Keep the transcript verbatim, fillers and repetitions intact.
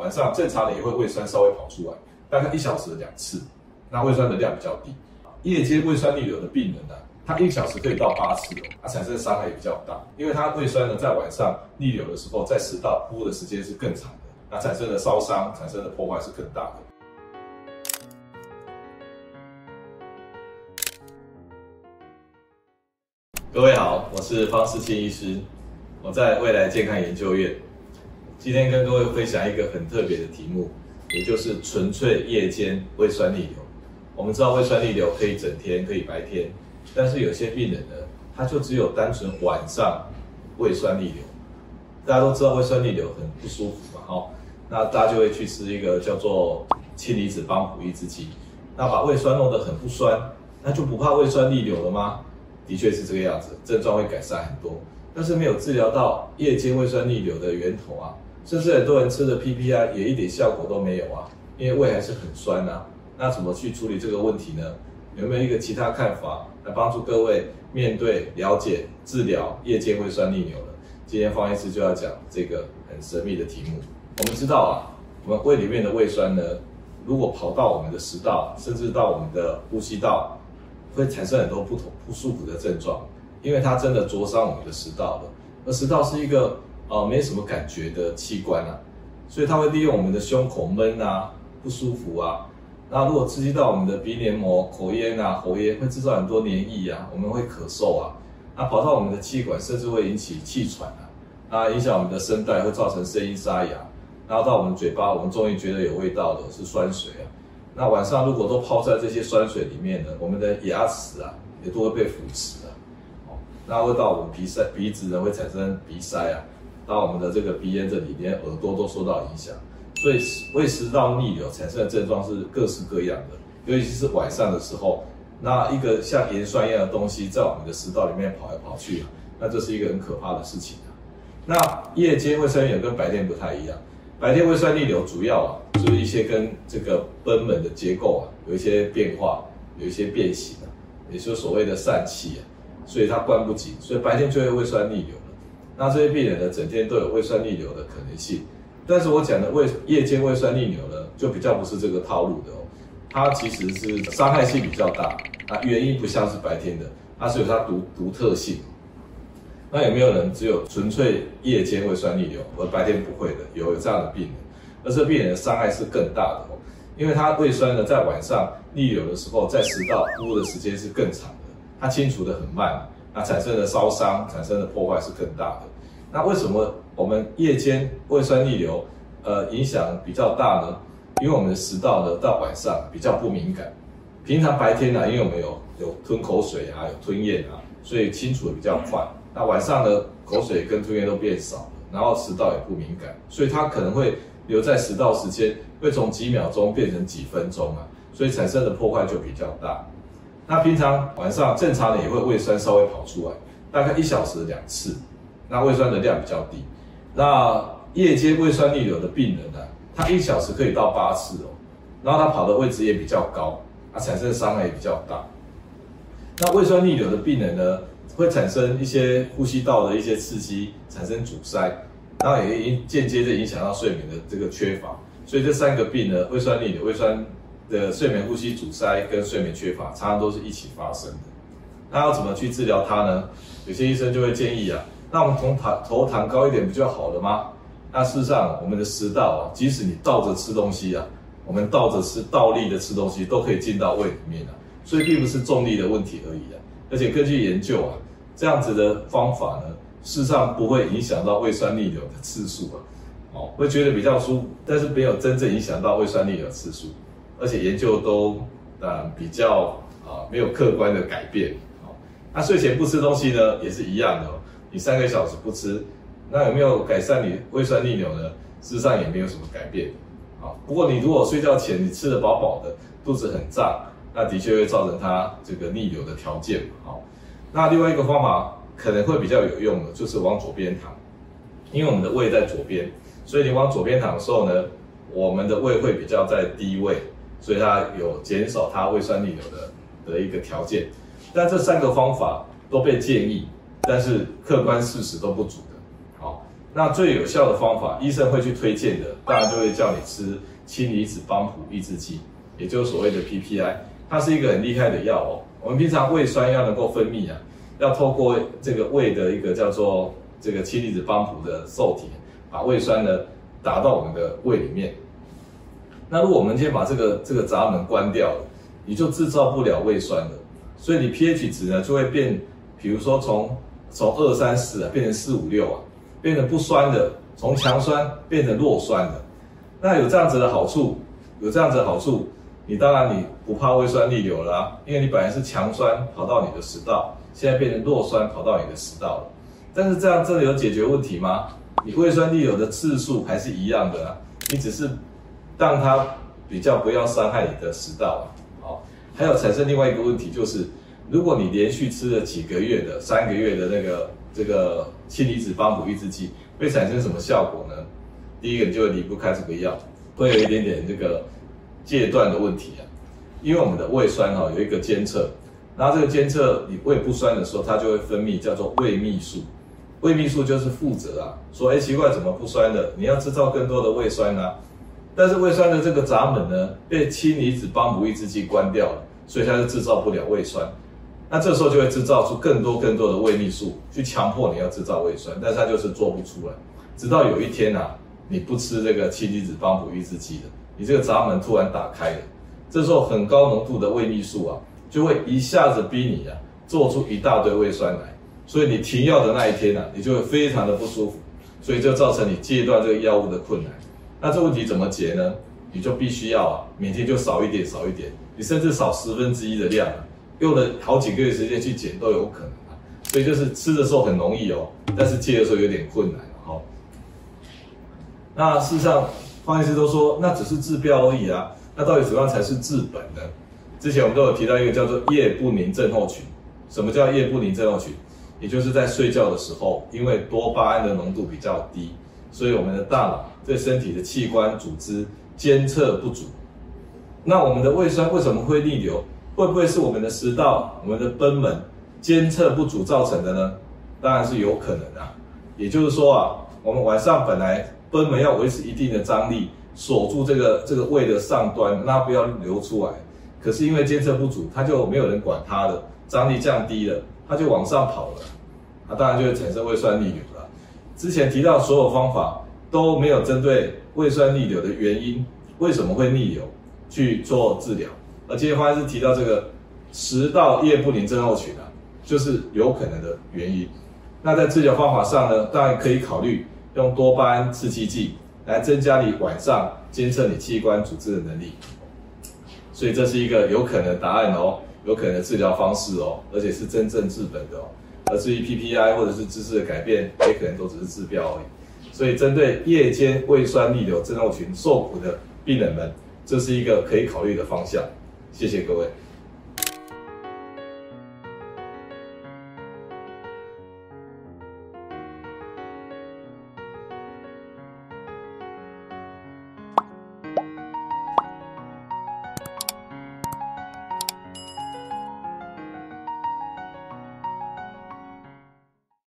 晚上正常人也会胃酸稍微跑出来，大概一小时两次，那胃酸的量比较低。夜间胃酸逆流的病人呢、啊，他一小时可以到八次哦，它产生的伤害也比较大，因为它胃酸呢在晚上逆流的时候，在食道呼的时间是更长的，那产生的烧伤、产生的破坏是更大的。各位好，我是方世清医师，我在未来健康研究院。今天跟各位分享一个很特别的题目，也就是纯粹夜间胃酸逆流。我们知道胃酸逆流可以整天，可以白天，但是有些病人呢，他就只有单纯晚上胃酸逆流。大家都知道胃酸逆流很不舒服嘛，哈，那大家就会去吃一个叫做氢离子帮补抑制剂，那把胃酸弄得很不酸，那就不怕胃酸逆流了吗？的确是这个样子，症状会改善很多，但是没有治疗到夜间胃酸逆流的源头啊，甚至很多人吃的 P P I 也一点效果都没有啊，因为胃还是很酸啊。那怎么去处理这个问题呢？有没有一个其他看法来帮助各位面对、了解、治疗夜间胃酸逆流呢？今天方医师就要讲这个很神秘的题目。我们知道啊，我们胃里面的胃酸呢，如果跑到我们的食道，甚至到我们的呼吸道，会产生很多不同不舒服的症状，因为它真的灼伤我们的食道了。而食道是一个呃没什么感觉的器官啊，所以它会利用我们的胸口闷啊、不舒服啊。那如果刺激到我们的鼻黏膜、口咽啊、喉咽，会制造很多黏液啊，我们会咳嗽啊。那跑到我们的气管，甚至会引起气喘啊，那影响我们的声带，会造成声音沙哑。然后到我们嘴巴，我们终于觉得有味道了，是酸水啊。那晚上如果都泡在这些酸水里面呢，我们的牙齿啊也都会被腐蚀啊，哦，那会到我们鼻塞、鼻子呢会产生鼻塞啊，到我们的这个鼻咽这里，连耳朵都受到影响。所以胃食道逆流产生的症状是各式各样的，尤其是晚上的时候，那一个像盐酸一样的东西在我们的食道里面跑来跑去啊，那这是一个很可怕的事情啊。那夜间胃酸逆流跟白天不太一样。白天胃酸逆流主要啊，就是一些跟这个贲门的结构啊有一些变化，有一些变形啊，也就是所谓的疝气啊，所以它关不紧，所以白天就会胃酸逆流了。那这些病人呢，整天都有胃酸逆流的可能性。但是我讲的胃夜间胃酸逆流呢，就比较不是这个套路的哦，它其实是伤害性比较大，那原因不像是白天的，它是有它独独特性。那有没有人只有纯粹夜间胃酸逆流，而白天不会的？有有这样的病人，而这病人的伤害是更大的哦，因为他胃酸呢在晚上逆流的时候，在食道呼的时间是更长的，它清除的很慢，那产生的烧伤、产生的破坏是更大的。那为什么我们夜间胃酸逆流呃影响比较大呢？因为我们的食道呢到晚上比较不敏感，平常白天呢、啊，因为我们有有吞口水啊，有吞咽啊，所以清除的比较快。那晚上呢，口水跟吞咽都变少了，然后食道也不敏感，所以它可能会留在食道时间会从几秒钟变成几分钟啊，所以产生的破坏就比较大。那平常晚上正常人也会胃酸稍微跑出来，大概一小时两次，那胃酸的量比较低。那夜间胃酸逆流的病人呢、啊，他一小时可以到八次哦，然后他跑的位置也比较高，它产生的伤害也比较大。那胃酸逆流的病人呢，会产生一些呼吸道的一些刺激，产生阻塞，然后也间接的影响到睡眠的这个缺乏。所以这三个病呢，胃酸逆流、胃酸的睡眠呼吸阻塞跟睡眠缺乏，常常都是一起发生的。那要怎么去治疗它呢？有些医生就会建议啊，那我们从头头抬高一点不就好了吗？那事实上，我们的食道啊，即使你倒着吃东西啊，我们倒着吃、倒立的吃东西，都可以进到胃里面啊，所以并不是重力的问题而已啊。而且根据研究啊，这样子的方法呢，事实上不会影响到胃酸逆流的次数啊，哦，会觉得比较舒服，但是没有真正影响到胃酸逆流的次数，而且研究都呃比较啊没有客观的改变。哦，那睡前不吃东西呢，也是一样的哦，你三个小时不吃，那有没有改善你胃酸逆流呢？事实上也没有什么改变。啊，不过你如果睡觉前你吃得饱饱的，肚子很胀，那的确会造成它这个逆流的条件。好，那另外一个方法可能会比较有用的，就是往左边躺，因为我们的胃在左边，所以你往左边躺的时候呢，我们的胃会比较在低位，所以它有减少它胃酸逆流的的一个条件。但这三个方法都被建议，但是客观事实都不足的。好， 那最有效的方法，医生会去推荐的，当然就会叫你吃氢离子帮浦抑制剂，也就是所谓的 P P I， 它是一个很厉害的药哦。我们平常胃酸要能够分泌啊，要透过这个胃的一个叫做这个氢离子帮浦的受体，把胃酸呢打到我们的胃里面。那如果我们今天把这个这个闸门关掉了，你就制造不了胃酸了，所以你 pH 值呢就会变，比如说从从二三四啊变成四五六啊，变成不酸的，从强酸变成弱酸的。那有这样子的好处，有这样子的好处，你当然你不怕胃酸逆流了啊，因为你本来是强酸跑到你的食道，现在变成弱酸跑到你的食道了。但是这样真的有解决问题吗？你胃酸逆流的次数还是一样的啊，你只是让它比较不要伤害你的食道啊。好，还有产生另外一个问题就是，如果你连续吃了几个月的、三个月的那个这个氢离子帮浦抑制剂，会产生什么效果呢？第一个，你就会离不开这个药，会有一点点这个戒断的问题啊。因为我们的胃酸哈、哦、有一个监测，然后这个监测你胃不酸的时候，它就会分泌叫做胃泌素。胃泌素就是负责啊，说哎奇怪怎么不酸了？你要制造更多的胃酸啊。但是胃酸的这个闸门呢，被氢离子帮浦抑制剂关掉了，所以它就制造不了胃酸。那这时候就会制造出更多更多的胃泌素，去强迫你要制造胃酸，但是它就是做不出来。直到有一天啊，你不吃这个氢离子帮浦抑制剂了，你这个闸门突然打开了，这时候很高浓度的胃泌素啊，就会一下子逼你啊，做出一大堆胃酸来。所以你停药的那一天啊，你就会非常的不舒服，所以就造成你戒断这个药物的困难。那这问题怎么解呢？你就必须要啊，每天就少一点少一点，你甚至少十分之一的量啊，用了好几个月时间去减都有可能啊。所以就是吃的时候很容易哦，但是戒的时候有点困难哦。那事实上，方医师都说那只是治标而已啊，那到底怎么样才是治本呢？之前我们都有提到一个叫做夜不宁症候群。什么叫夜不宁症候群？也就是在睡觉的时候，因为多巴胺的浓度比较低，所以我们的大脑对身体的器官组织监测不足。那我们的胃酸为什么会逆流？会不会是我们的食道、我们的贲门监测不足造成的呢？当然是有可能啊。也就是说啊，我们晚上本来贲门要维持一定的张力，锁住这个这个胃的上端，让它不要流出来。可是因为监测不足，它就没有人管它了，张力降低了，它就往上跑了，啊，当然就会产生胃酸逆流了。之前提到所有方法都没有针对胃酸逆流的原因，为什么会逆流去做治疗。而今天方医师提到这个食道夜不宁症候群啊，就是有可能的原因。那在治疗方法上呢，当然可以考虑用多巴胺刺激剂来增加你晚上监测你器官组织的能力。所以这是一个有可能的答案哦，有可能的治疗方式哦，而且是真正治本的哦。而至于 P P I 或者是姿势的改变，也可能都只是治标而已。所以针对夜间胃酸逆流症候群受苦的病人们，这是一个可以考虑的方向。谢谢各位。